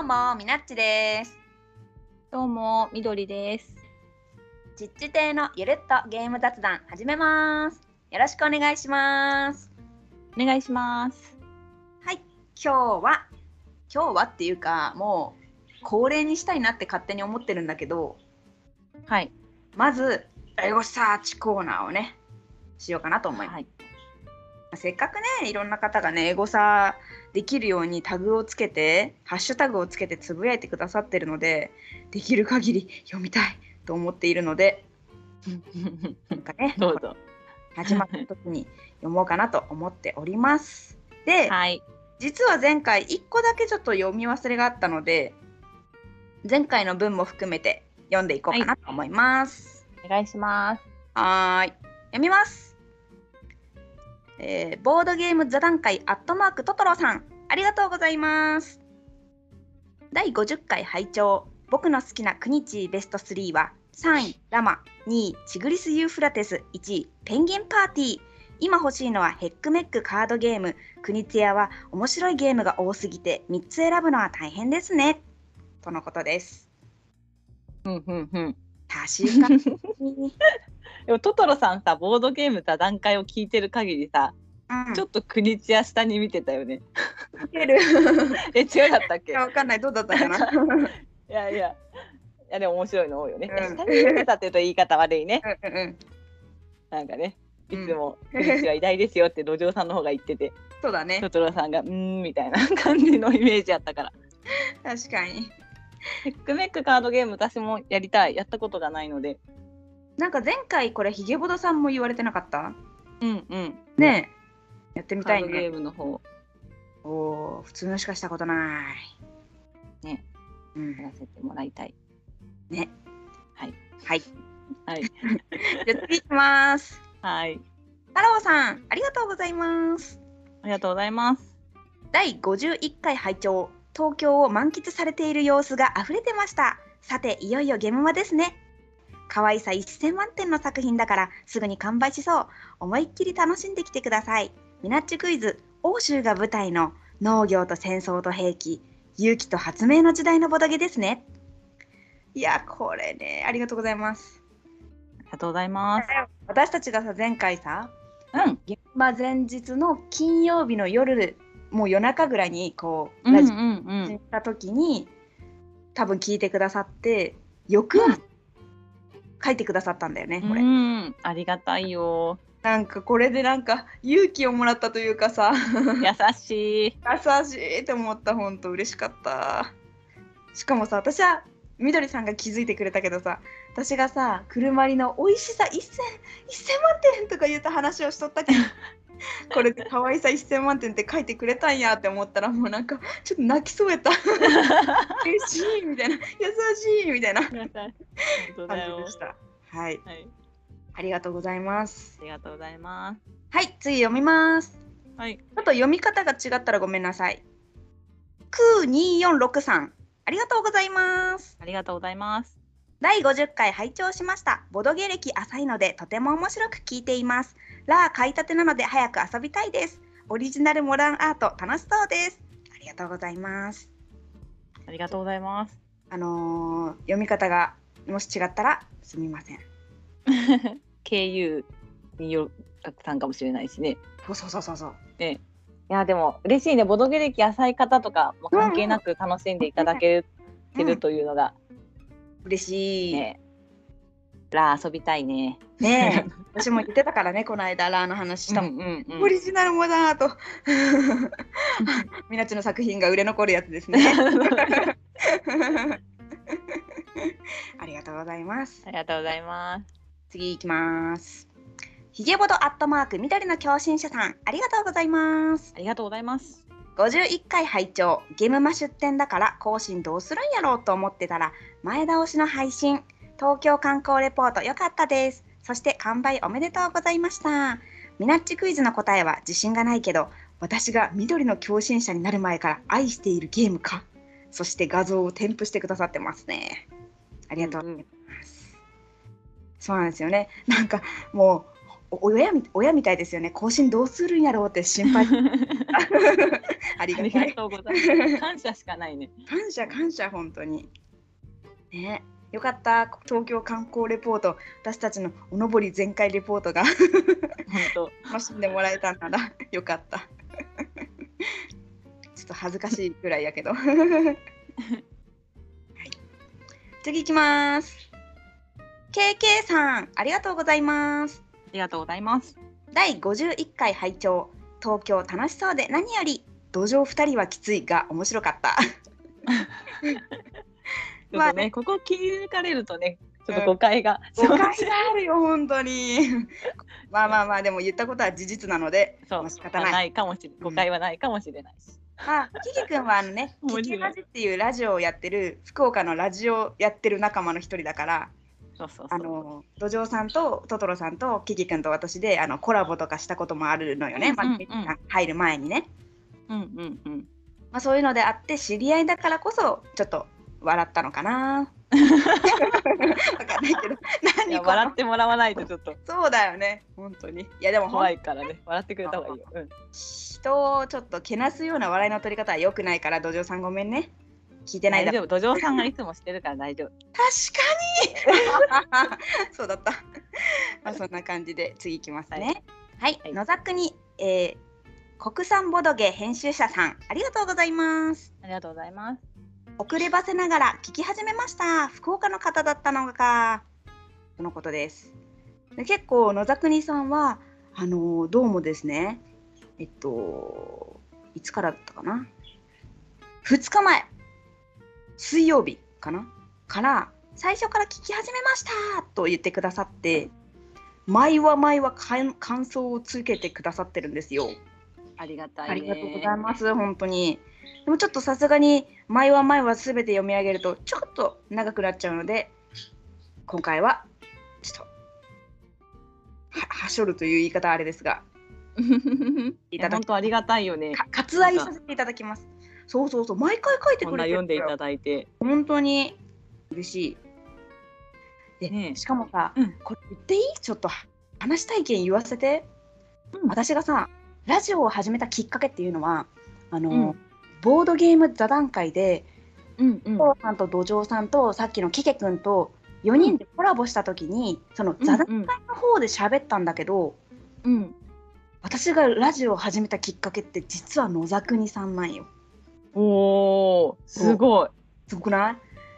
うもみなっちです。 どうもみどりです。 ちっち亭のゆるっとゲーム雑談始めます。よろしくお願いします。 お願いします。 はい、今日はっていうかもう恒例にしたいなって勝手に思ってるんだけど、 はい。 まずエゴサーチコーナーをねしようかなと思います。 はい。 せっかくねいろんな方がねエゴサーできるようにタグをつけてハッシュタグをつけてつぶやいてくださってるので、できる限り読みたいと思っているのでなんかねどうぞ。 始まった時に読もうかなと思っております。で、 はい。 実は前回1個だけちょっと読み忘れがあったので、前回の文も含めて読んでいこうかなと思います。 お願いします。 はい、読みます。ボードゲーム座談会@トトロさん、ありがとうございます。第50回拝聴。僕の好きなクニチーベスト3は3位ラマ、2位チグリス・ユーフラテス、1位ペンギンパーティー。今欲しいのはヘックメックカードゲーム。クニツヤは面白いゲームが多すぎて3つ選ぶのは大変ですね、とのことです。確かにでもトトロさんさ、ボードゲーム座談会を聞いてる限りさ、ちょっとクニチア下に見てたよね。 見てる違かったっけ？ わかんない、どうだったかないやでも面白いの多いよね。下に見てたって言うと言い方悪いね。なんかね、いつもクニチア偉大ですよって路上さんの方が言ってて、 そうだね、 トトロさんがみたいな感じのイメージあったから。 確かに。 ヘックメックカードゲーム私もやりたい。やったことがないので。 なんか前回これヒゲボドさんも言われてなかった？ ねえ、やってみたいね。 カードゲームの方。 普通のしかしたことない。 ね。やらせてもらいたい。 ね。 はい。 じゃあ次いきます。 はい。 太郎さん、ありがとうございます。 ありがとうございます。 第51回拝聴。東京を満喫されている様子が溢れてました。さて、いよいよゲームマですね。可愛さ1000万点の作品だからすぐに完売しそう。思いっきり楽しんできてください。ミナッチクイズ、欧州が舞台の農業と戦争と兵器、勇気と発明の時代のボドゲですね。いや、これね、ありがとうございます。 ありがとうございます。 私たちがさ、前回さ、現場前日の金曜日の夜、もう夜中ぐらいにこうラジオにした時に、多分聞いてくださって翌朝書いてくださったんだよね、これ。 ありがたいよ。 なんかこれでなんか勇気をもらったというかさ優しいって思った。本当嬉しかった。しかもさ、私はみどりさんが気づいてくれたけどさ、私がさ車りの美味しさ1000万点とか言った話をしとったけどこれで可愛さ1000万点って書いてくれたんやって思ったら、もうなんかちょっと泣きそうやった嬉しいみたいな、優しいみたいな感じでした。はい、ありがとうございます。 ありがとうございます。 はい、次読みます。 はい。 ちょっと読み方が違ったらごめんなさい。2463、ありがとうございます。 ありがとうございます。 第50回拝聴しました。ボドゲ歴浅いのでとても面白く聞いています。ラー買いたてなので早く遊びたいです。オリジナルモダンアート楽しそうです。ありがとうございます。 ありがとうございます。 読み方がもし違ったらすみません。 KU によったんかもしれないしね。 そう。 いやでも嬉しいね。ボドゲ歴浅い方とかも関係なく楽しんでいただけてるというのが嬉しい。 ね。ラー遊びたいね。 ねえ、私も言ってたからね、この間ラーの話したもん。オリジナルモダンアートみなっちの作品が売れ残るやつですねありがとうございます。 ありがとうございます。 次行きます。ひげぼど緑の共振者さん、ありがとうございます。 ありがとうございます。 51回拝聴。ゲームマ出展だから更新どうするんやろうと思ってたら前倒しの配信。東京観光レポート良かったです。そして完売おめでとうございました。ミナッチクイズの答えは自信がないけど、私が緑の共振者になる前から愛しているゲームか。そして画像を添付してくださってますね。ありがとうございます。そうなんですよね。なんかもう親みたいですよね。更新どうするんやろうって心配ありがたい。 とうございます。感謝しかないね。 感謝本当にね。よかった。東京観光レポート、私たちのおのぼり全開レポートが本当楽しんでもらえたんならよかったちょっと恥ずかしいぐらいやけどはい、次いきます。 KK さん、ありがとうございます。 ありがとうございます。 第51回拝聴、東京楽しそうで何より、土壌2人はきついが面白かったちょっとね、ここ切り抜かれるとね、ちょっと誤解が、 誤解があるよ本当にまあでも言ったことは事実なので、 そう仕方ないかもしれない、誤解はないかもしれないし、 キキ君はキキラジっていうラジオをやってる、福岡のラジオやってる仲間の一人だから、 そう土壌さんとトトロさんとキキ君と私でコラボとかしたこともあるのよね、入る前にね、そういうのであって知り合いだからこそちょっと笑ったのかな分かんないけど笑ってもらわないとちょっとそうだよね本当に。いやでも怖いからね、笑ってくれた方がいいよ、 人をちょっとけなすような笑いの取り方は良くないから、土壌さんごめんね、聞いてないだろ。 大丈夫、土壌さんがいつもしてるから大丈夫。 確かにそうだったそんな感じで次いきますね。はい、野ざくに、国産ボドゲ編集者さん、ありがとうございます。 ありがとうございます。 遅ればせながら聞き始めました。福岡の方だったのかとのことです。で結構野ざくにさんはどうもですね、いつからだったかな、2日前水曜日かなから最初から聞き始めましたと言ってくださって、毎話感想をつけてくださってるんですよ。 ありがたいね。 ありがとうございます本当に。でもちょっとさすがに毎話すべて読み上げるとちょっと長くなっちゃうので、今回はちょっとはしょるという言い方はあれですが本当ありがたいよね。 割愛させていただきます。そう毎回書いてくれてる。 こんな読んでいただいて本当に嬉しい。で、しかもさ、これ言っていい？ちょっと話したい意見言わせて。私がさラジオを始めたきっかけっていうのはボードゲーム座談会で父さんと土壌さんとさっきのキケ君と4人でコラボした時に、その座談会の方で喋ったんだけど、私がラジオを始めたきっかけって実は野ざくにさんなんよ。 おー、すごい。 すごくない？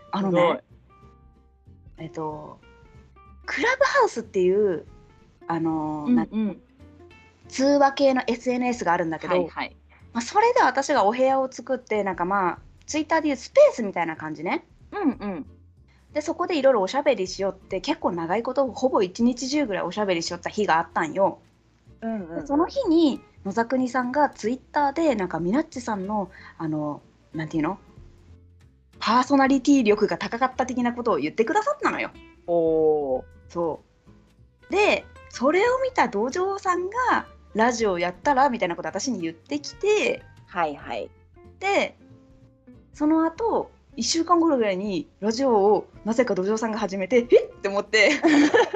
クラブハウスっていう通話系の SNS があるんだけど、それで私がお部屋を作って、ツイッターでいうスペースみたいな感じね。でそこでいろいろおしゃべりしよって、結構長いことほぼ一日中ぐらいおしゃべりしよった日があったんよ。でその日に野ざくにさんがツイッターでみなっちさんのなんていうの、パーソナリティ力が高かった的なことを言ってくださったのよ。そうでそれを見た土壌さんがラジオやったらみたいなこと私に言ってきて、でその後1週間後ぐらいにラジオをなぜか土壌さんが始めて、って思ってで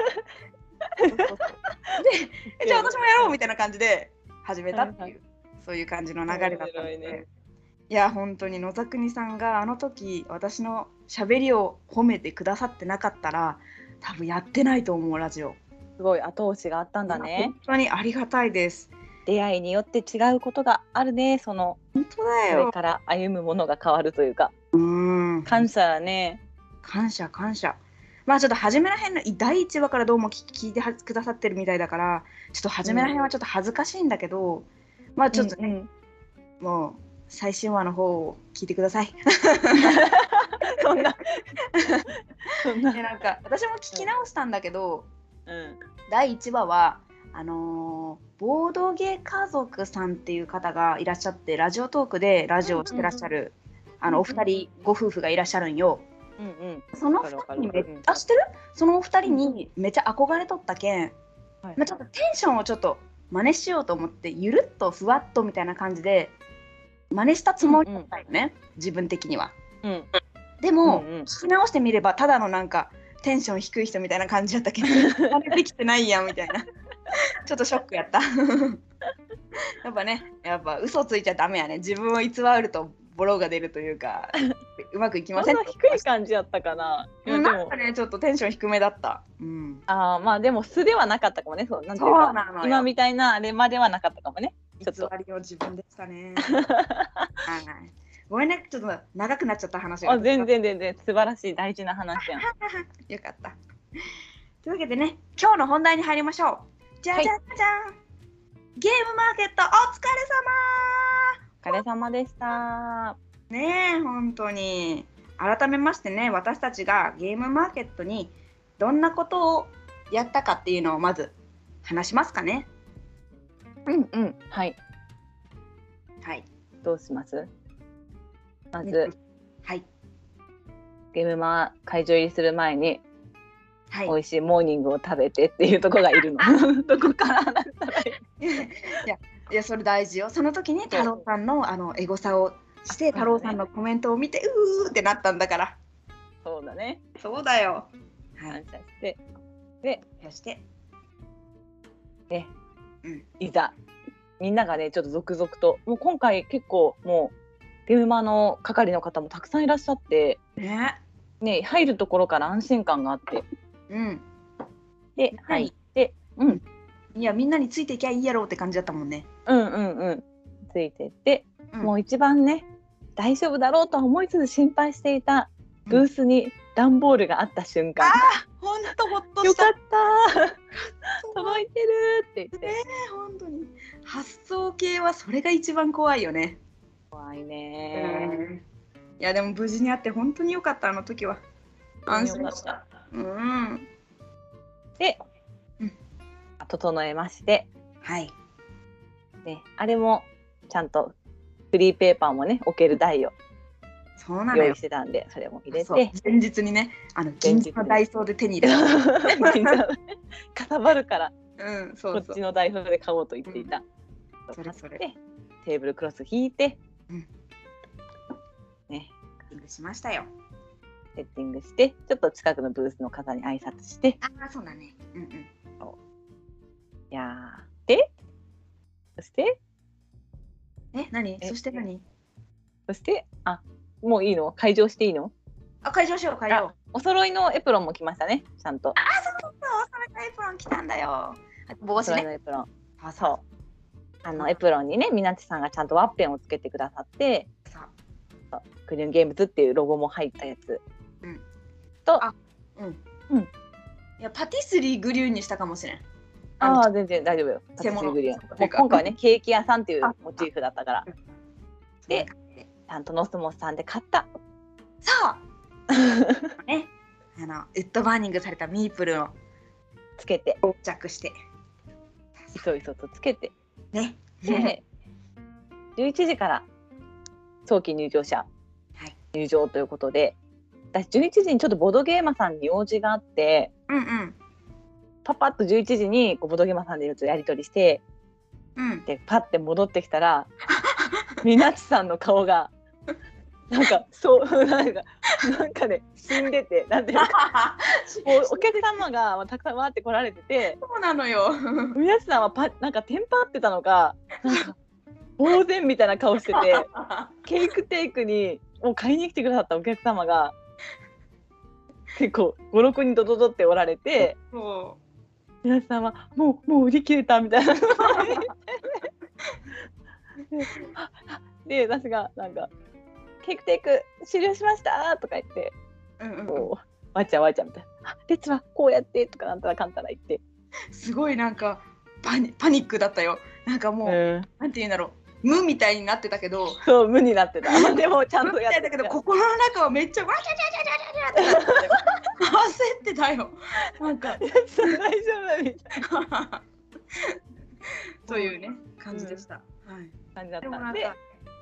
じゃあ私もやろうみたいな感じで始めたっていう、そういう感じの流れだったので、いや本当に野ざくにさんがあの時私の喋りを褒めてくださってなかったら多分やってないと思う。ラジオすごい後押しがあったんだね。 本当にありがたいです。 出会いによって違うことがあるね。本当だよ。それから歩むものが変わるというか、感謝だね。感謝。 ちょっと初めらへんの第1話からどうも聞いてくださってるみたいだから、ちょっと初めらへんはちょっと恥ずかしいんだけど、ちょっとね、もう最新話の方を聞いてください。 そんな私も聞き直したんだけど、第1話はボードゲー家族さんっていう方がいらっしゃって、ラジオトークでラジオをしてらっしゃるお二人ご夫婦がいらっしゃるんよ。その2人に知ってる？そのお二人にめっちゃ憧れとったけん、ちょっとテンションをちょっと真似しようと思って、ゆるっとふわっとみたいな感じで真似したつもりだったよね、自分的には。でも、聞き直してみればただのテンション低い人みたいな感じだったけど真似できてないやんみたいなちょっとショックやったやっぱね、やっぱ嘘ついちゃダメやね。自分を偽るとボロが出るというか、うまくいきません。 そんな低い感じやったかな。 なんかね、ちょっとテンション低めだった。 まあでも素ではなかったかもね。そうなんていうそうなのよ。 か今みたいなあれまではなかったかもね。 偽りを自分でしたね。ごめんね、ちょっと長くなっちゃった話が。 全然素晴らしい大事な話やん。 よかった。というわけでね、今日の本題に入りましょう。じゃじゃじゃん。ゲームマーケットお疲れ様。お疲れ様でした。 ねえ、本当に改めましてね、私たちがゲームマーケットにどんなことをやったかっていうのをまず話しますかね。 はい。どうします？まず、ゲームマー会場入りする前に、美味しいモーニングを食べてっていうとこがいるの。どこから話したらいい？ いやそれ大事よ。その時に太郎さんのエゴサをして太郎さんのコメントを見てうーってなったんだから。 そうだね。 そうだよ。 感謝してでいざみんながねちょっと続々ともう今回結構もうゲームマの係の方もたくさんいらっしゃってね入るところから安心感があって、で入っていやみんなについていきゃいいやろうって感じだったもんね。 ついてって、もう一番ね大丈夫だろうとは思いつつ心配していたブースに段ボールがあった瞬間、 ほんとほっとした。 よかった届いてるって言って、 本当に発送系はそれが一番怖いよね。 怖いね。 いやでも無事にあって本当によかった。あの時は安心した。 で、整えまして、あれもちゃんとフリーペーパーもね置ける台を用意してたんで、それも入れて前日にね銀座のダイソーで手に入れた。 かさばるから、こっちのダイソーで買おうと言っていた。 それそれテーブルクロス引いて、 セッティングしましたよ。 セッティングしてちょっと近くのブースの方に挨拶して、 そうだね。 でそして何？そして何？ そしてもういいの？会場していいの？ 会場しよう会場。 お揃いのエプロンも来ましたね、ちゃんと。 そうお揃いのエプロン来たんだよ。帽子ね。 エプロン。エプロンにね、みなちさんがちゃんとワッペンをつけてくださって、グリュンゲームズっていうロゴも入ったやつ。と、いやパティスリーグリュンにしたかもしれん。 全然大丈夫よ。パティスリーグリュン。もう今回はね、ケーキ屋さんっていうモチーフだったから。で、ちゃんとノスモスさんで買った。 そうね、ウッドバーニングされたミープルをつけて装着していそいそとつけてね。 で11時から早期入場者、入場ということで、私11時にちょっとボドゲーマさんに用事があって、パパッと11時にボドゲーマさんでやり取りして、でパッて戻ってきたらみなちさんの顔がなんかね死んでて、なんていうかもうお客様がたくさんわーって来られてて、 そうなのよ。 みなちさんはなんかテンパってたのか、なんか呆然みたいな顔しててケークテイクにもう買いに来てくださったお客様が結構5、6人ドドドっておられて、みなちさんはもう売り切れたみたいなで私がなんかケークテイク終了しましたとか言って、わちゃわちゃみたいな、列はこうやってとかなんたらかんたら言って、 すごいなんかパニックだったよ。なんかもう、なんていうんだろう、無みたいになってたけど、 そう無になってた。でもちゃんとやってたけど心の中はめっちゃわちゃちゃちゃちゃちゃって焦ってたよ。なんか大丈夫みたいなというね感じでした。 感じだったんで、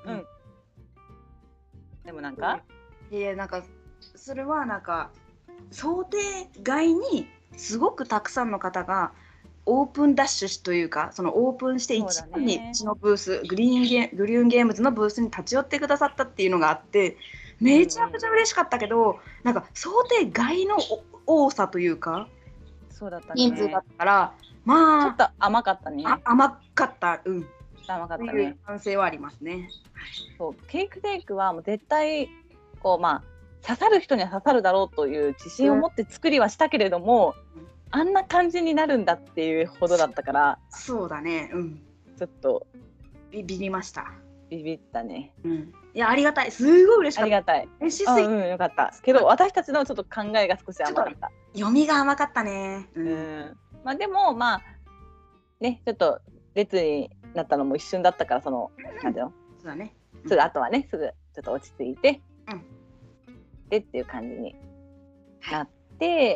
でもなんかなんかそれはなんか想定外にすごくたくさんの方がオープンダッシュというか、そのオープンして一番にうちのブース、グリューンゲームズのブースに立ち寄ってくださったっていうのがあって、めちゃくちゃ嬉しかったけど、なんか想定外の多さというか、 そうだったね、 人数だったから、 まあちょっと甘かったね。 甘かった。うん。 甘かったそういうね。 反省はありますね。 そうテイクテイクはもう絶対こう刺さる人には刺さるだろうという自信を持って作りはしたけれども、あんな感じになるんだっていうほどだったから、 そうだね。うん。 ちょっとビビました。 ビビったね。 うん。いやありがたい。すごい嬉しかった。 ありがたい。 嬉しすぎよかった。けど私たちのちょっと考えが少し甘かった。 読みが甘かったね。 でもねちょっと列になったのも一瞬だったからなんていうの？ そうだね。 すぐあとはねすぐちょっと落ち着いて、でっていう感じになって、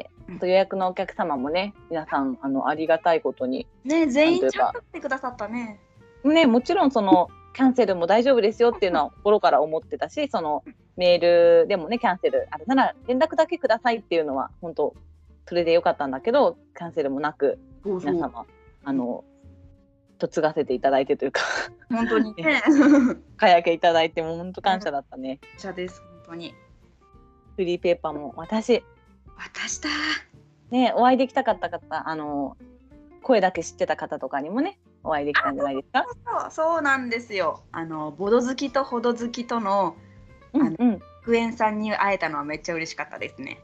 予約のお客様もね皆さんありがたいことにね全員ちゃんと来てくださったね。 ねもちろんキャンセルも大丈夫ですよっていうのは心から思ってたし、メールでもねキャンセルあれなら連絡だけくださいっていうのは本当それでよかったんだけど、キャンセルもなく皆様嫁がせていただいてというか本当にねかやけいただいても本当感謝だったね。 感謝です本当に。 フリーペーパーも渡したね、お会いできたかった方声だけ知ってた方とかにもねお会いできたんじゃないですか。 そうなんですよ。ボド好きとほど好きとのクエンさんに会えたのはめっちゃ嬉しかったですね。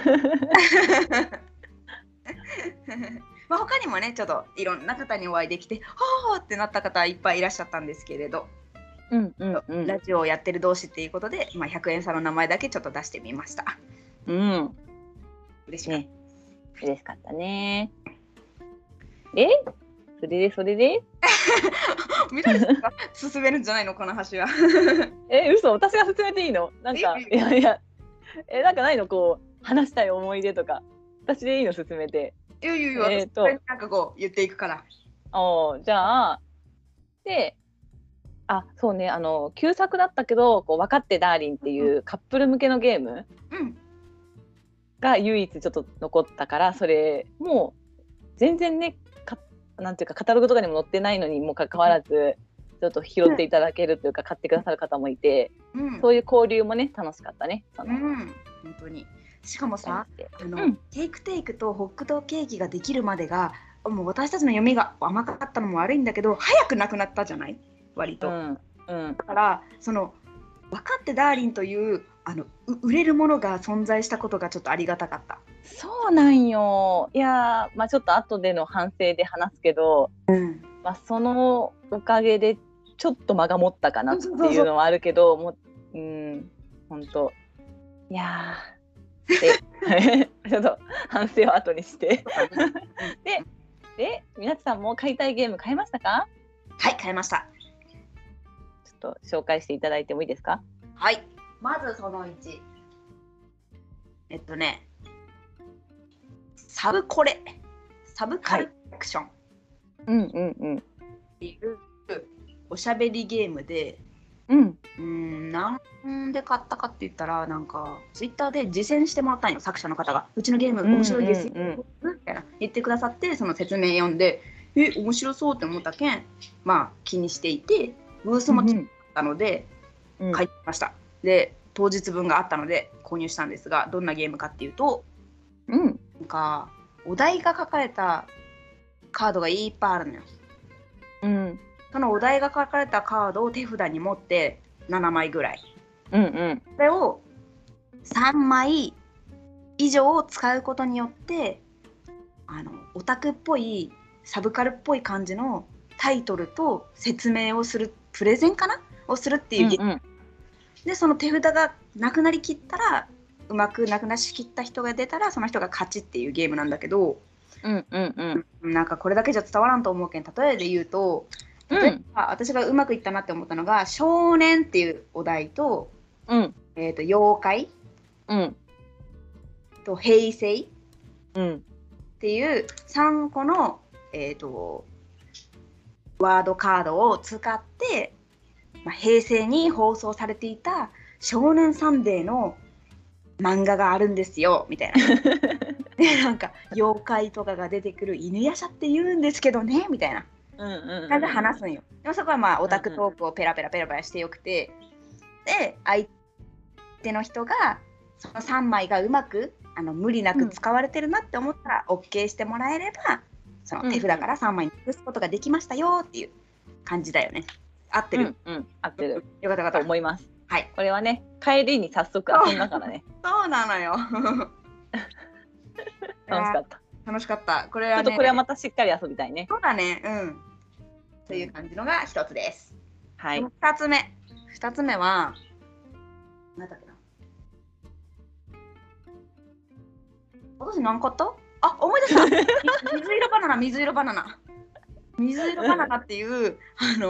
他にもねちょっといろんな方にお会いできてはーってなった方いっぱいいらっしゃったんですけれど、ラジオをやってる同士っていうことで、100円差の名前だけちょっと出してみました。嬉しかった、 嬉しかったね。それでみたいですか進めるんじゃないのこの橋は。 嘘、私が進めていいの？なんかいやなんかないの話したい思い出とか私でいいの進めて。 なんか言っていくから。 じゃあそうね旧作だったけど分かってダーリンっていうカップル向けのゲームが唯一ちょっと残ったから、それもう全然ねなんていうかカタログとかにも載ってないのにもかかわらずちょっと拾っていただけるというか買ってくださる方もいて、そういう交流もね楽しかったね。 本当に。しかもさテイクテイクとホックとケーキができるまでがもう私たちの読みが甘かったのも悪いんだけど早くなくなったじゃない割と。だから分かってダーリンという売れるものが存在したことがちょっとありがたかった。 そうなんよ。いやちょっと後での反省で話すけど、そのおかげでちょっと間が持ったかなっていうのはあるけど、本当いやちょっと反省を後にしてで皆さんも買いたいゲーム買いましたか？ はい買いました。 ちょっと紹介していただいてもいいですか？ はい、まずその1サブカルコレクションっていうおしゃべりゲームで、なんで買ったかって言ったらなんかツイッターで実践してもらったんよ。作者の方がうちのゲーム面白いですよみたいな言ってくださって、その説明読んで面白そうって思ったけん気にしていて、ブースも来たので買いました。で当日分があったので購入したんですが、どんなゲームかっていうと、なんかお題が書かれたカードがいっぱいあるのよ。そのお題が書かれたカードを手札に持って7枚ぐらい、それを3枚以上使うことによってオタクっぽいサブカルっぽい感じのタイトルと説明をするプレゼンかなをするっていうゲーム、でその手札がなくなりきったらうまくなくなしきった人が出たらその人が勝ちっていうゲームなんだけど、なんかこれだけじゃ伝わらんと思うけん例えで言うと、例えば私がうまくいったなって思ったのが少年っていうお題と、妖怪、と平成っていう3個の、ワードカードを使って、平成に放送されていた少年サンデーの漫画があるんですよみたいなでなんか妖怪とかが出てくる犬夜叉って言うんですけどねみたいな感じで話すんよ。でもそこはオタクトークをペラペラしてよくて、で相手の人がその3枚がうまく無理なく使われてるなって思ったら OK してもらえればその手札から3枚なくすことができましたよっていう感じだよね。合ってる？ 合ってる。 よかったよかった。 と思います。 はい。 これはね、帰りに早速遊んだからね。 そうなのよ。 楽しかった。 楽しかった。これはね、 ちょっとこれはまたしっかり遊びたいね。 そうだね。という感じのが一つです。 はい。 二つ目は何だっけな。私何買った？あ、思い出した。水色バナナ水色バナナっていう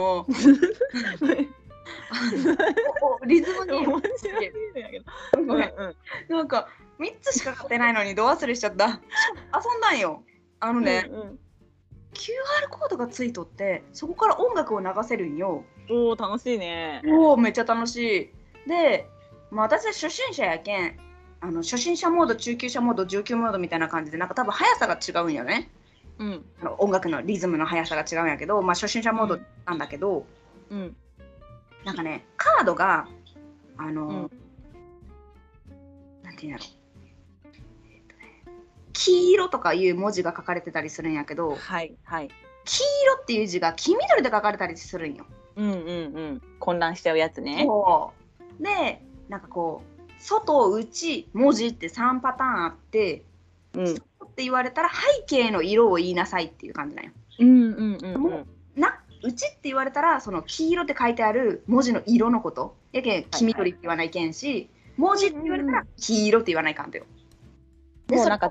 リズムゲーム。なんか3つしか買ってないのにど忘れしちゃった。遊んだんよ。QR コードがついとってそこから音楽を流せるんよ。 おー、楽しいね。 おー、めっちゃ楽しい。で、私は初心者やけん、初心者モード、中級者モード、上級モードみたいな感じでなんか多分速さが違うんよね。音楽のリズムの速さが違うんやけど、初心者モードなんだけど、なんかね、カードがなんていうんやろ、黄色とかいう文字が書かれてたりするんやけど、黄色っていう字が黄緑で書かれたりするんよ。 混乱しちゃうやつね。 そうで、なんかこう外内文字って3パターンあって、外って言われたら背景の色を言いなさいっていう感じなんよ。内って言われたらその黄色って書いてある文字の色のことやけん、黄緑って言わないけんし、文字って言われたら黄色って言わないかんとよ。 で、もうなんか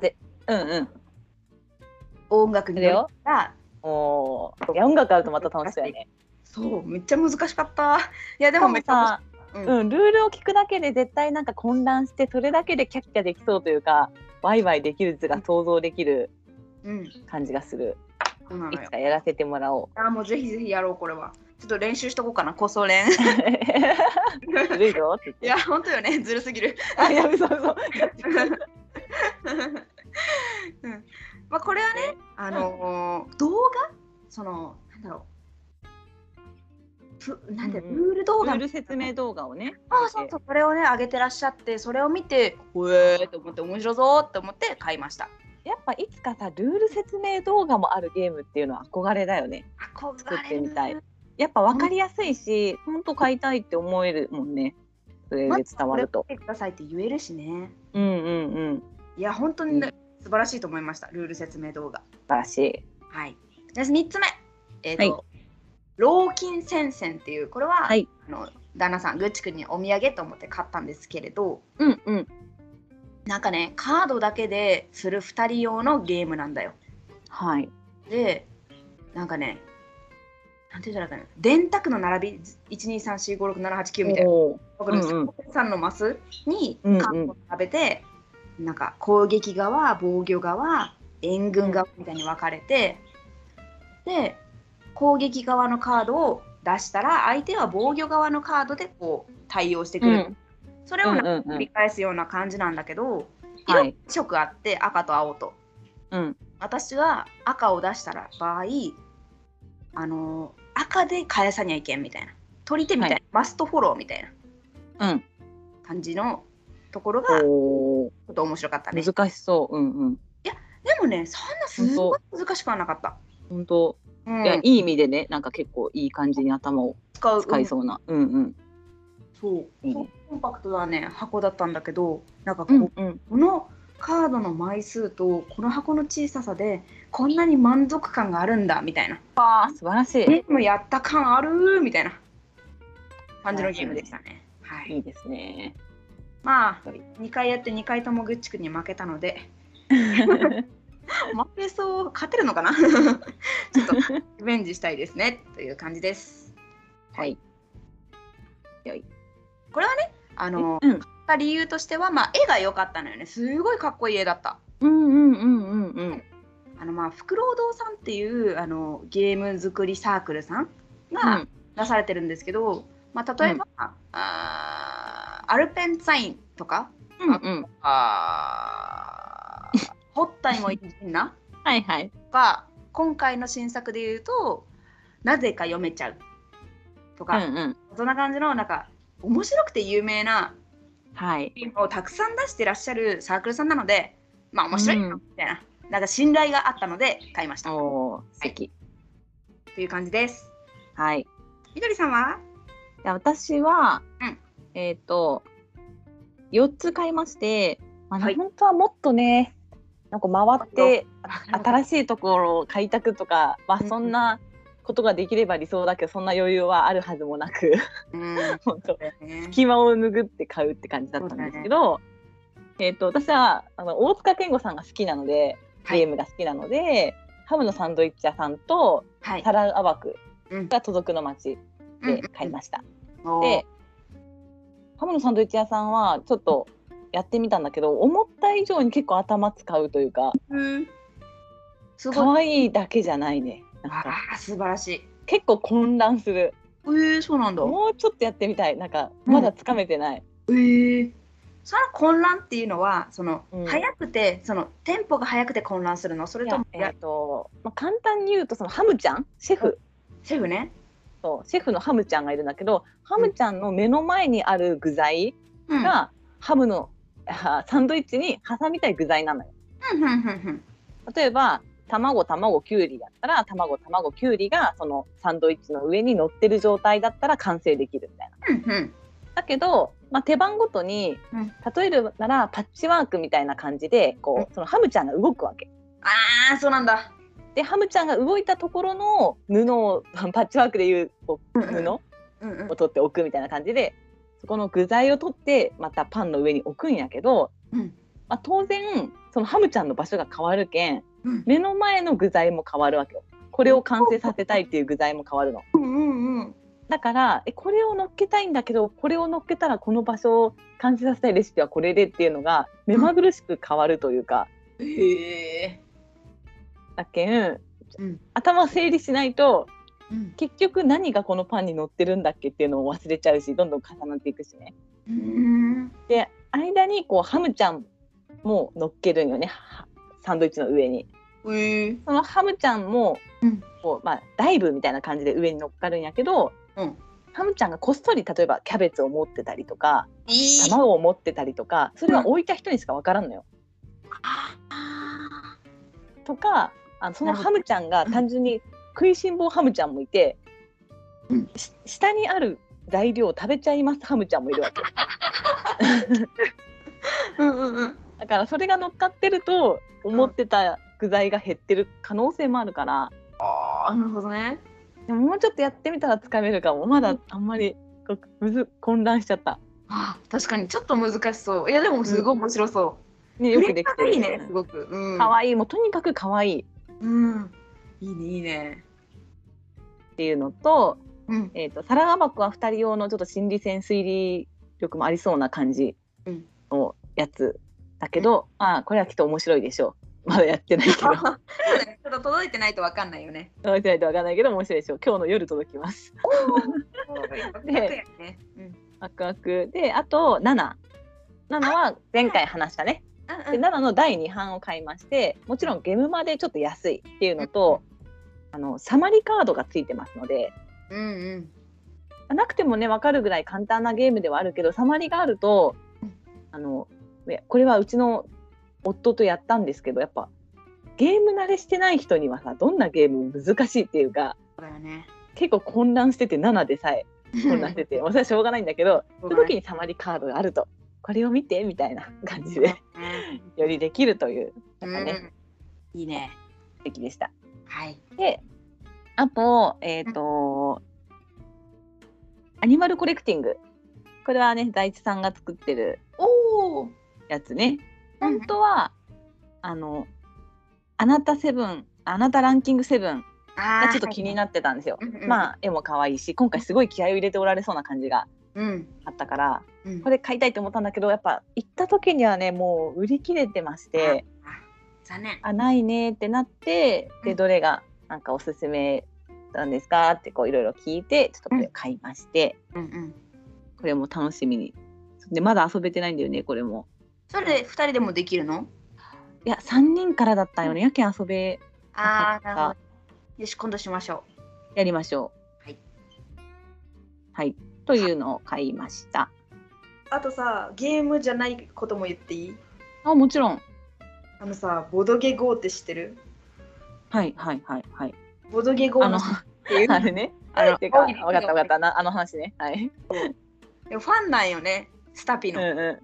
音楽によったら、 音楽あるとまた楽しそうやね。 そう、めっちゃ難しかった。いやでもめっちゃルールを聞くだけで絶対なんか混乱して、それだけでキャッキャできそうというか、ワイワイできる図が想像できる感じがする。いつかやらせてもらおう。 もうぜひぜひやろう。これはちょっと練習しとこうかな。こそ練。ずるいぞって言って。 いや本当よね、ずるすぎる。これはね、動画、そのなんだろう、なんてルール動画、 ルール説明動画をね。 そうそれをね上げてらっしゃって、それを見てと思って面白そうって思って買いました。 やっぱいつかさ、ルール説明動画もあるゲームっていうのは憧れだよね。作ってみたい。やっぱ分かりやすいし、本当買いたいって思えるもんね。それで伝わると。 これ見てくださいって言えるしね。 いや本当に素晴らしいと思いました。ルール説明動画。 素晴らしい。 はい。じゃあ3つ目。老金戦線っていう、これは、旦那さんグッチ君にお土産と思って買ったんですけれど、なんかね、カードだけでする2人用のゲームなんだよ。で、なんかね、なんて言ったらいいかな、電卓の並び 123456789 みたいな、さんのマスにカードを並べて、なんか攻撃側、防御側、援軍側みたいに分かれて、で攻撃側のカードを出したら相手は防御側のカードでこう対応してくる、それを繰り返すような感じなんだけど、色2色あって赤と青と、私は赤を出したら場合、赤で返さにゃいけんみたいな、取り手みたいな、マストフォローみたいな感じのところがちょっと面白かったね。 難しそう。 いやでもね、そんなすごい難しくはなかった。 本当。いや、いい意味でね、なんか結構いい感じに頭を使いそうな。 そう、コンパクトなね箱だったんだけど、なんかこのカードの枚数とこの箱の小ささでこんなに満足感があるんだみたいな。 素晴らしい。 ゲームやった感あるみたいな感じのゲームでしたね。 いいですね。 2回やって2回ともグッチ君に負けたので負けそう、勝てるのかなちょっとリベンジしたいですねという感じです。これはね、買った理由としては、絵が良かったのよね。すごいかっこいい絵だった。フクロウ堂さんっていうゲーム作りサークルさんが出されてるんですけど、例えば、アルペンツァインとか、ホッタイもいいなが、今回の新作で言うとなぜか読めちゃうとか、そんな感じのなんか面白くて有名なゲームをたくさん出してらっしゃるサークルさんなので、面白いなみたいななんか信頼があったので買いました。 おー、素敵、 という感じです。 はい。 みどりさんは？ 私は、 うん、 4つ買いまして、 はい、 本当はもっとね、なんか回って新しいところを開拓とか、そんなことができれば理想だけど、そんな余裕はあるはずもなく、本当隙間を拭って買うって感じだったんですけど、私は大塚健吾さんが好きなので、ゲームが好きなので、ハムのサンドイッチ屋さんとサランアバクが届くの街で買いました。で、ハムのサンドイッチ屋さんはちょっとやってみたんだけど、思った以上に結構頭使うというか、可愛いだけじゃないね。なんか素晴らしい。 結構混乱する。 そうなんだ。 もうちょっとやってみたい。なんかまだつかめてない。 その混乱っていうのは早くてテンポが速くて混乱するの？それとも簡単に言うとハムちゃん、シェフね。 そうシェフのハムちゃんがいるんだけど、ハムちゃんの目の前にある具材が、ハムのサンドイッチに挟みたい具材なのよ。例えば卵きゅうりだったら卵きゅうりがそのサンドイッチの上に乗ってる状態だったら完成できるみたいな。だけど、手番ごとに、例えるならパッチワークみたいな感じでそのハムちゃんが動くわけ。 そうなんだ。 でハムちゃんが動いたところの布をパッチワークでいう布を取っておくみたいな感じで、そこの具材を取ってまたパンの上に置くんやけど、当然そのハムちゃんの場所が変わるけん、目の前の具材も変わるわけよ。これを完成させたいっていう具材も変わるの。だからこれを乗っけたいんだけど、これを乗っけたらこの場所を完成させたいレシピはこれでっていうのが目まぐるしく変わるというか、だけん、頭整理しないと、結局何がこのパンに乗ってるんだっけっていうのを忘れちゃうし、どんどん重なっていくしね。で間にハムちゃんも乗っけるんよね、サンドイッチの上に。そのハムちゃんもダイブみたいな感じで上に乗っかるんやけど、ハムちゃんがこっそり例えばキャベツを持ってたりとか、卵を持ってたりとか、それは置いた人にしか分からんのよ。とかそのハムちゃんが単純に食いしん坊ハムちゃんもいて、下にある材料を食べちゃいますハムちゃんもいるわけ。だからそれが乗っかってると思ってた具材が減ってる可能性もあるから。 なるほどね。 でももうちょっとやってみたらつかめるかも。まだあんまり混乱しちゃった。 確かにちょっと難しそう。いやでもすごい面白そう。 よくできてる。 いいね、すごく。 可愛い、もうとにかく可愛い。 いいねいいね。 っていうのと、サラダバッグは2人用のちょっと心理戦推理力もありそうな感じのやつだけど、これはきっと面白いでしょう。まだやってないけど。ちょっと届いてないと分かんないよね。 届いてないと分かんないけど面白いでしょう。今日の夜届きます。で、ワクワクで、あと7は前回話したね。で7の第2版を買いまして、もちろんゲームまでちょっと安いっていうのと、サマリカードがついてますので、なくてもね分かるぐらい簡単なゲームではあるけど、サマリがあるとこれはうちの夫とやったんですけど、やっぱゲーム慣れしてない人にはさ、どんなゲームも難しいっていうか、結構混乱してて、7でさえ混乱しててそれはしょうがないんだけど、その時にサマリカードがあると、これを見てみたいな感じでよりできるというのがね、 いいね、 素敵でした。 で、 あとアニマルコレクティング、これはね財津さんが作ってるやつね。本当はあなたランキング7がちょっと気になってたんですよ。絵も可愛いし、今回すごい気合を入れておられそうな感じがあったから、これ買いたいと思ったんだけど、やっぱ行った時にはねもう売り切れてまして、ないねってなって、でどれがなんかおすすめなんですかっていろいろ聞いて、ちょっとこれ買いまして、これも楽しみに。でまだ遊べてないんだよね、これも。 それで2人でもできるの？ いや3人からだったよね。やけん遊べなかった。 よし、今度しましょう。やりましょう。はい、というのを買いました。 あとさ、ゲームじゃないことも言っていい？ もちろん。 さ、ボドゲ GO って知ってる？ はいはいはいはい。 ボドゲ GO のっていうあれね。っていうか、分かった分かったな、話ね。はい。 ファンなんよね、スタピの。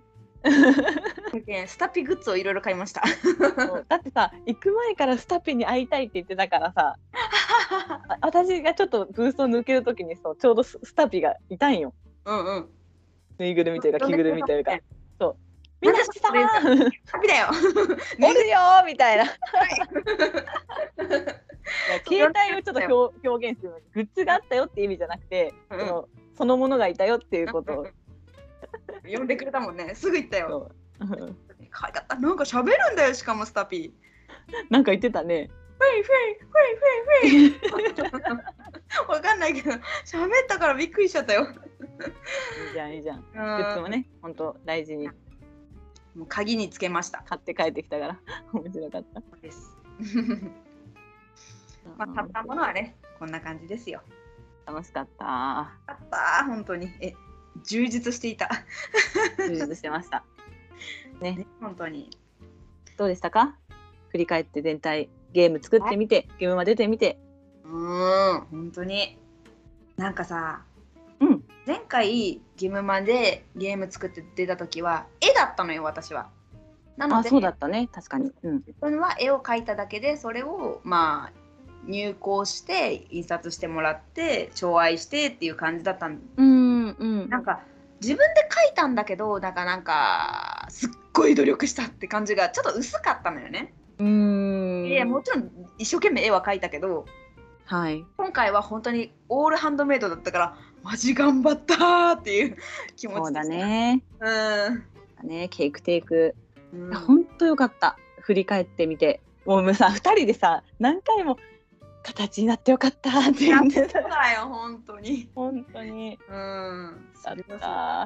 スタピグッズをいろいろ買いました。 だってさ、行く前からスタピに会いたいって言ってたからさ、私がちょっとブースを抜けるときにそう、ちょうどスタピがいたんよ。ぬいぐるみというか着ぐるみというか。そう。みんなさースタピだよ。 おるよーみたいな。携帯をちょっと表現するのに、グッズがあったよって意味じゃなくて、そのものがいたよっていうことを呼んでくれたもんね。すぐ行ったよ。可愛かった。なんか喋るんだよ、しかもスタピ。 なんか言ってたね。 フェイフェイフェイフェイフェイ。わかんないけど、喋ったからびっくりしちゃったよ。 いいじゃんいいじゃん。グッズもね、本当大事に。 もう鍵につけました。 買って帰ってきたから面白かったです。まあ買ったものはね、こんな感じですよ。 楽しかった。 本当に充実していた。 充実してました。ね、 本当に。 どうでしたか？振り返って全体ゲーム作ってみて、ゲームは出てみて。 本当に。なんかさ、前回ゲームマでゲーム作って出た時は絵だったのよ、私は。 なので、そうだったね、確かに。 自分は絵を描いただけで、それをまあ入稿して印刷してもらって紹介してっていう感じだったん。なんか自分で描いたんだけど、なんかすっごい努力したって感じがちょっと薄かったのよね。いや、もちろん一生懸命絵は描いたけど、 はい、 今回は本当にオールハンドメイドだったからマジ頑張ったっていう気持ちでした。 そうだね。ね、ケイクテイク、本当よかった。振り返ってみて、もうさ、2人でさ、何回も形になってよかったって言ってた。 そうだよ、本当に。 本当に。 だった。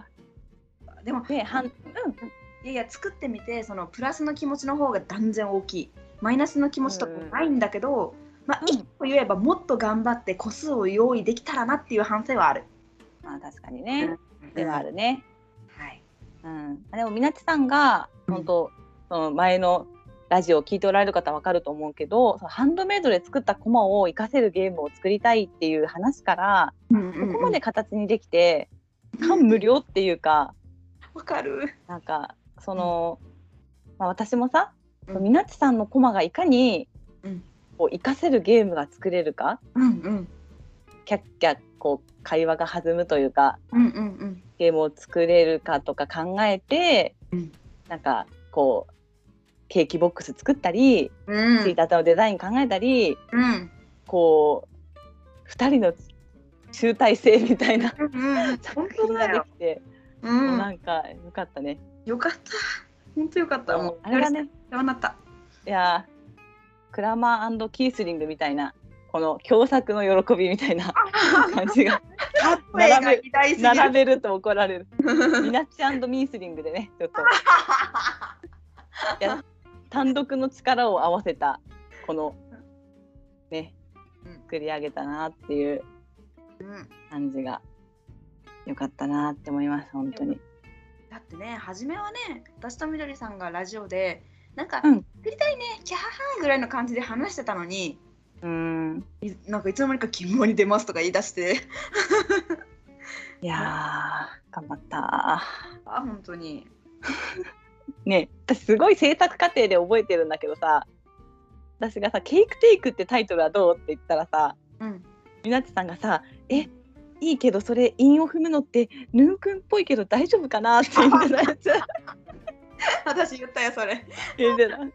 でもね、いや作ってみて、そのプラスの気持ちの方が断然大きい。マイナスの気持ちとかないんだけど、一個言えばもっと頑張って個数を用意できたらなっていう反省はある。 確かにね。ではあるね。 はい。 でもみなちさんが本当、その前のラジオを聞いておられる方は分かると思うけど、ハンドメイドで作ったコマを活かせるゲームを作りたいっていう話から、ここまで形にできて感無量っていうか、 わかる。 なんかその、私もさ、みなちさんのコマがいかにこう活かせるゲームが作れるか、キャッキャこう会話が弾むというか、ゲームを作れるかとか考えて、なんかこうケーキボックス作ったり、ついたてのデザイン考えたり、こう2人の集大成みたいな作品ができて、なんかよかったね。 よかった。本当よかった。もうあれがね、 なった。 いやクラマー&キースリングみたいな、この共作の喜びみたいな感じが並べると怒られる。ミナッチ&ミースリングでね、ちょっといや単独の力を合わせたこのね、作り上げたなっていう感じがよかったなって思います、本当に。 だってね、初めはね、私とみどりさんがラジオでなんか、作りたいね、キャハハぐらいの感じで話してたのに、なんかいつの間にか希望に出ますとか言い出していやー頑張った本当にね。私すごい制作過程で覚えてるんだけどさ、私がさケイクテイクってタイトルはどうって言ったらさ、みなちさんがさいいけどそれ韻を踏むのってヌンくんっぽいけど大丈夫かなって言ってたやつ私言ったよそれ。 言ってた。ヌ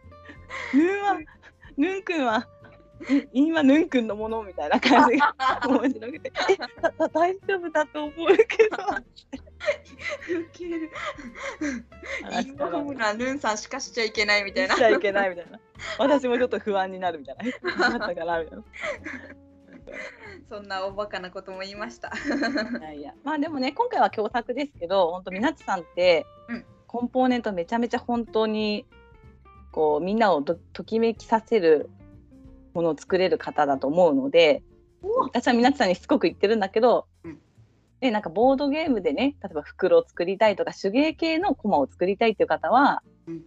ンくんは韻はヌンくんのものみたいな感じが面白くて大丈夫だと思うけどウケる。韻を踏むのはヌンさんしかしちゃいけないみたいな。 しちゃいけないみたいな。私もちょっと不安になるみたいな。なったかなみたいな。 そんなおバカなことも言いました。 いやでもね、今回は共作ですけど、本当みなちさんって、コンポーネントめちゃめちゃ本当にこうみんなをときめきさせるものを作れる方だと思うので、私はみなちさんにしつこく言ってるんだけど、なんかボードゲームでね、例えば袋を作りたいとか手芸系のコマを作りたいっていう方は、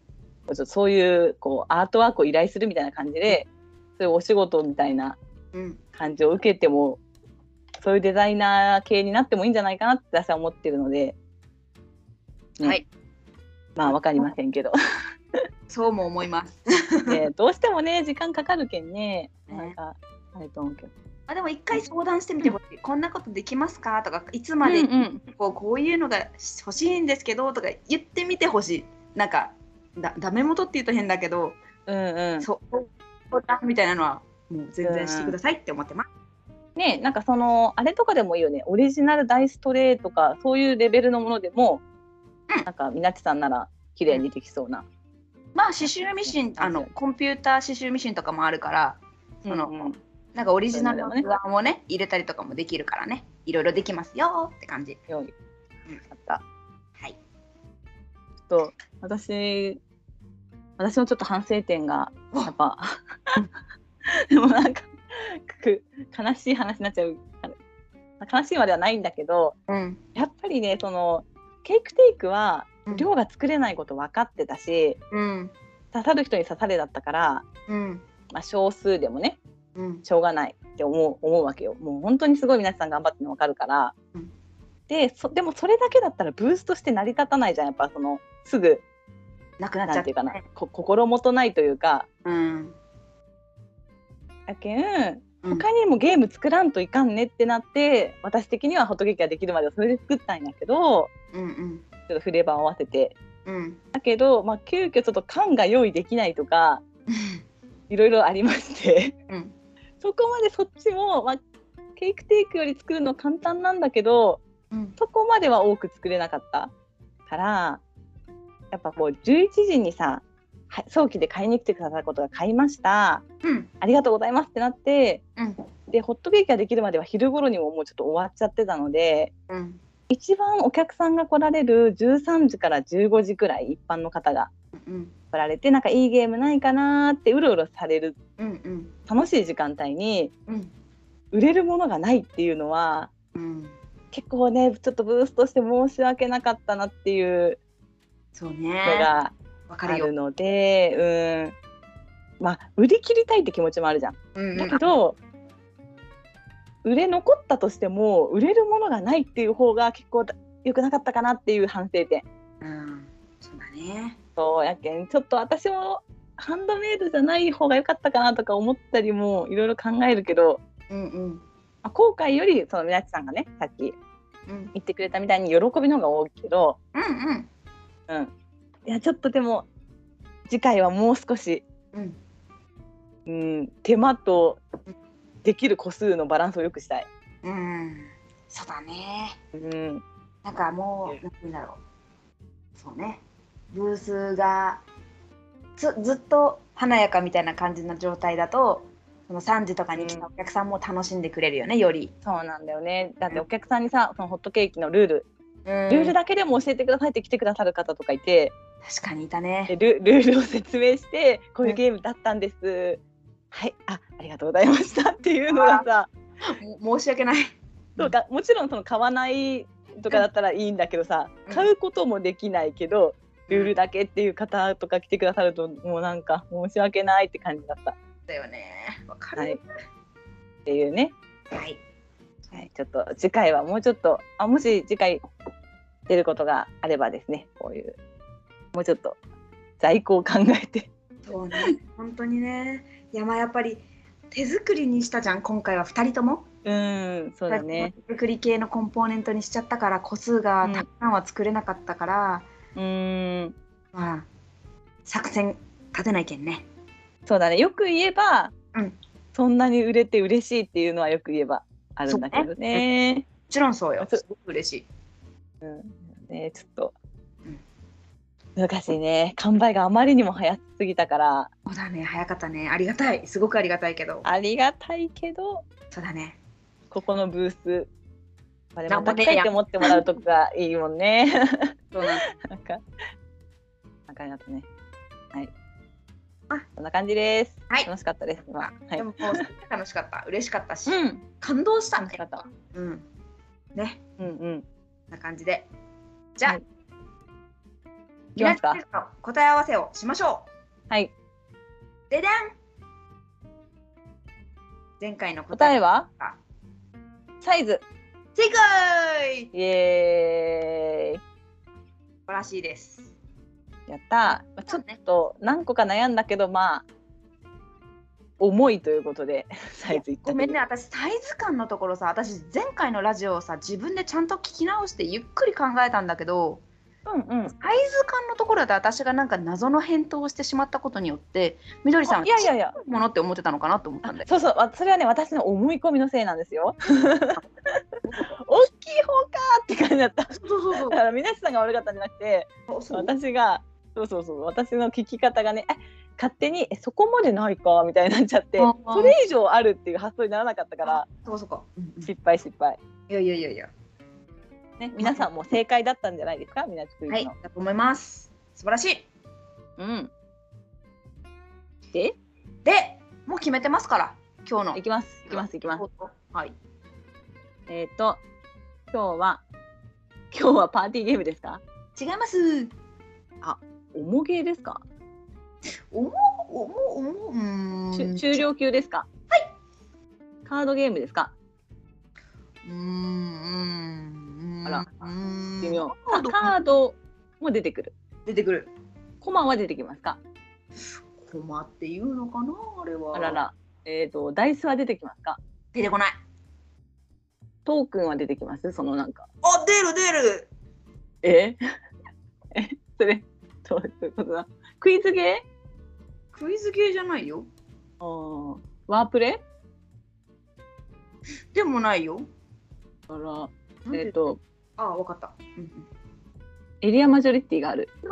そういうアートワークを依頼するみたいな感じで、そういうお仕事みたいな感じを受けても、そういうデザイナー系になってもいいんじゃないかなって私は思ってるので、ね、はい、まあ分かりませんけどそうも思いますどうしてもね時間かかるけんね、なんかあれと思うけど、 でも一回相談してみてほしい、こんなことできますかとか、いつまでこういうのが欲しいんですけどとか言ってみてほしい。なんかダメ元って言うと変だけど、そうみたいなのはもう全然してくださいって思ってます。 ね、なんかあれとかでもいいよね、オリジナルダイストレイとかそういうレベルのものでも、なんかみなちさんなら綺麗にできそうな、 まあ刺繍ミシン、コンピューター刺繍ミシンとかもあるから、なんかオリジナルの図案をね入れたりとかもできるからね、いろいろできますよって感じ。 よい、あった。はい。ちょっと私のちょっと反省点がやっぱでもなんか悲しい話になっちゃう、悲しいまではないんだけど、やっぱりねケークテイクは量が作れないこと分かってたし、刺さる人に刺されだったから、まあ、少数でもね、しょうがないって思うわけよ。もう本当にすごい皆さん頑張ってるの分かるから、でもそれだけだったらブーストして成り立たないじゃん。やっぱすぐなくなっちゃう、 ていうかな、心もとないというか、だけん他にもゲーム作らんといかんねってなって、私的にはホットケーキができるまではそれで作ったんやけど、ちょっとフレーバーを合わせて、だけど、まあ、急遽ちょっと缶が用意できないとかいろいろありましてそこまでそっちも、まあ、ケークテイクより作るの簡単なんだけど、そこまでは多く作れなかったから、やっぱ11時にさ早期で買いに来てくださることが買いました、ありがとうございますってなって、でホットケーキができるまでは昼頃にももうちょっと終わっちゃってたので、一番お客さんが来られる13時から15時くらい、一般の方が来られて、なんかいいゲームないかなってうろうろされる、楽しい時間帯に、売れるものがないっていうのは、結構ねちょっとブーストして申し訳なかったなっていうのがあるので、まあ売り切りたいって気持ちもあるじゃん。だけど売れ残ったとしても売れるものがないっていう方が結構良くなかったかなっていう反省点。 そうだね。 そうやけんちょっと私もハンドメイドじゃない方が良かったかなとか思ったりもいろいろ考えるけど、後悔よりみなちさんがねさっき言ってくれたみたいに喜びの方が多いけど、いやちょっとでも次回はもう少し、手間とできる個数のバランスを良くしたい。 そうだね。なんかもうなんだろう、そうね、ブースがずっと華やかみたいな感じの状態だと、その3時とかに来たお客さんも楽しんでくれるよね、より。 そうなんだよね。だってお客さんにさ、そのホットケーキのルールだけでも教えてくださいって来てくださる方とかいて、 確かにいたね。 でルールを説明してこういうゲームだったんです、はい、ありがとうございましたっていうのがさ、 申し訳ない。 そうか、もちろん買わないとかだったらいいんだけどさ、買うこともできないけどルールだけっていう方とか来てくださると、もうなんか申し訳ないって感じだった。 だよね。わかる、 っていうね。 はい、 ちょっと次回はもうちょっともし次回出ることがあればですね、こういうもうちょっと在庫を考えて。 そうね、本当にね。やっぱり手作りにしたじゃん、今回は2人とも。 そうだね。 手作り系のコンポーネントにしちゃったから、個数がたくさんは作れなかったから、まあ作戦立てないけんね。 そうだね、よく言えば、そんなに売れて嬉しいっていうのはよく言えばあるんだけどね。 もちろんそうよ、すごく嬉しい。 ちょっと難しいね。完売があまりにも早すぎたから。 そうだね、早かったね。ありがたい、すごくありがたいけど。 そうだね。ここのブース、でも高いって思ってもらうとこがいいもんね。 そうなんなんかなったね。はい。そんな感じです。楽しかったです。 でも楽しかった、嬉しかったし、感動したね。ね。な感じで。じゃあ。 きますか。 皆さんの答え合わせをしましょう。 はい。 ででん。前回の答えはサイズ。 正解。 イエーイ。 素晴らしいです。 やった。ちょっと何個か悩んだけど、まあ重いということでサイズいった。 ごめんね、私サイズ感のところさ、私前回のラジオをさ自分でちゃんと聞き直してゆっくり考えたんだけど、サイズ感のところで私がなんか謎の返答をしてしまったことによってみどりさんは小さいものって思ってたのかなと思ったんで。 そうそう、それはね、私の思い込みのせいなんですよ。大きい方かって感じだった。だから皆さんが悪かったんじゃなくて、私が私の聞き方がね、勝手にそこまでないかみたいになっちゃって、それ以上あるっていう発想にならなかったから、失敗。 いやね、皆さんも正解だったんじゃないですか、みなちクイズの。 はい、だと思います。素晴らしい。でもう決めてますから、今日の。 いきます。 はい。 今日はパーティーゲームですか？ 違います。 重ゲーですか？中量級ですか？ はい。 カードゲームですか？あら、微妙。カードも出てくる。コマは出てきますか？ コマっていうのかな、あれは。 あらら。ダイスは出てきますか？ 出てこない。 トークンは出てきます？そのなんか。 出る。 それどういうことだ？クイズゲーじゃないよ。 ワープレでもないよ。 あら、わかった。 エリアマジョリティがある。 違う。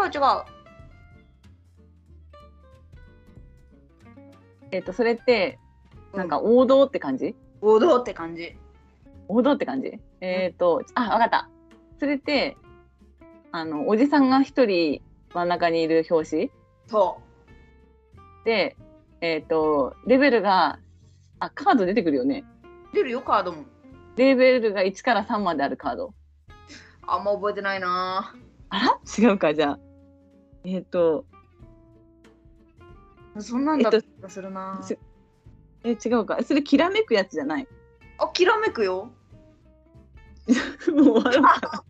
それってなんか王道って感じ？ 王道って感じ。 わかった。それっておじさんが一人真ん中にいる表紙？ そうで、レベルがカード出てくるよね。 出るよ、カードも。 レベルが1から3まであるカード。 あんま覚えてないな。 違うか、じゃあ。 そんなんだった気がするな。 違うか。それきらめくやつじゃない？ きらめくよ。 もう終わろうか。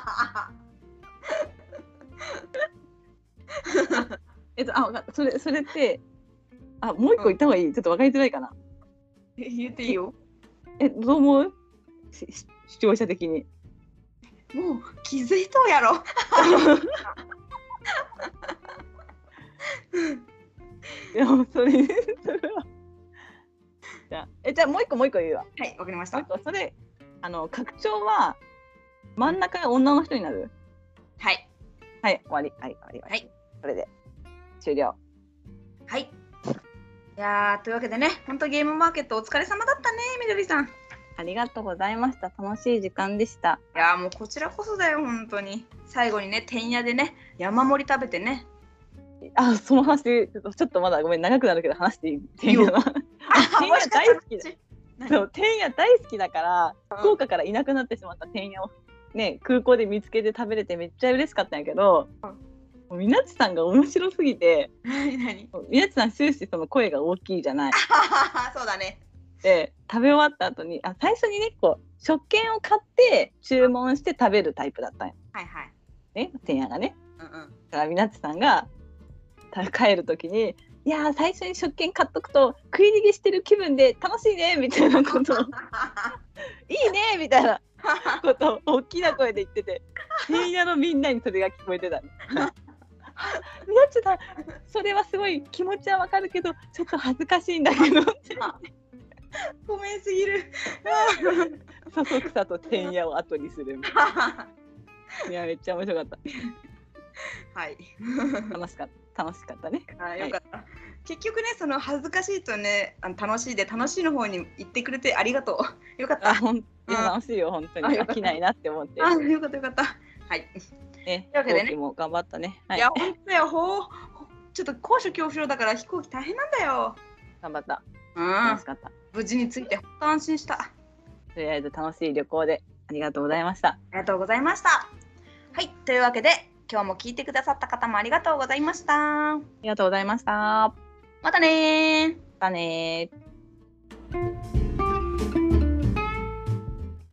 それってもう一個言った方がいい？ちょっと分かりづらいかな。 言っていいよ。 どう思う？視聴者的に。 もう気づいとうやろ。 いやそれはじゃあもう一個言うわ。 はい、わかりました。 それ拡張は真ん中が女の人になる？ はい終わり。これで終了。 はい。いやというわけでね、本当ゲームマーケットお疲れ様だったね、みどりさん。 ありがとうございました。楽しい時間でした。 いやもうこちらこそだよ、本当に。最後にね、てんやでね、山盛り食べてね。 その話ちょっとまだごめん、長くなるけど話していい？てんや大好きだ。そう、てんや大好きだから、福岡からいなくなってしまったてんやをね、空港で見つけて食べれてめっちゃ嬉しかったんやけど、みなちさんが面白すぎて。みなちさん終始その声が大きいじゃない。 そうだね。 で食べ終わった後に最初にね、食券を買って注文して食べるタイプだったんよ。てんやがね。だからみなちさんが帰る時に「いや最初に食券買っとくと食い逃げしてる気分で楽しいね」みたいなことを「いいね」みたいなことを大きな声で言ってて、てんやのみんなにそれが聞こえてた。みなちさんそれはすごい気持ちはわかるけどちょっと恥ずかしいんだけどってごめんすぎる。 そそくさとてんやを後にするみたいな。いやめっちゃ面白かった。 はい。 楽しかったね。 よかった。結局ね、その恥ずかしいとね、楽しいで楽しいの方に行ってくれてありがとう。よかった。 いや楽しいよ本当に。飽きないなって思って。 よかった。はい。というわけでね。 も頑張ったね。 いや本当よ。ちょっと高所恐怖症だから飛行機大変なんだよ。 頑張った。楽しかった。 無事に着いて本当安心した。 とりあえず楽しい旅行でありがとうございました。 ありがとうございました。はい、というわけで今日も聞いてくださった方もありがとうございました。 ありがとうございました。 またねー。 またねー。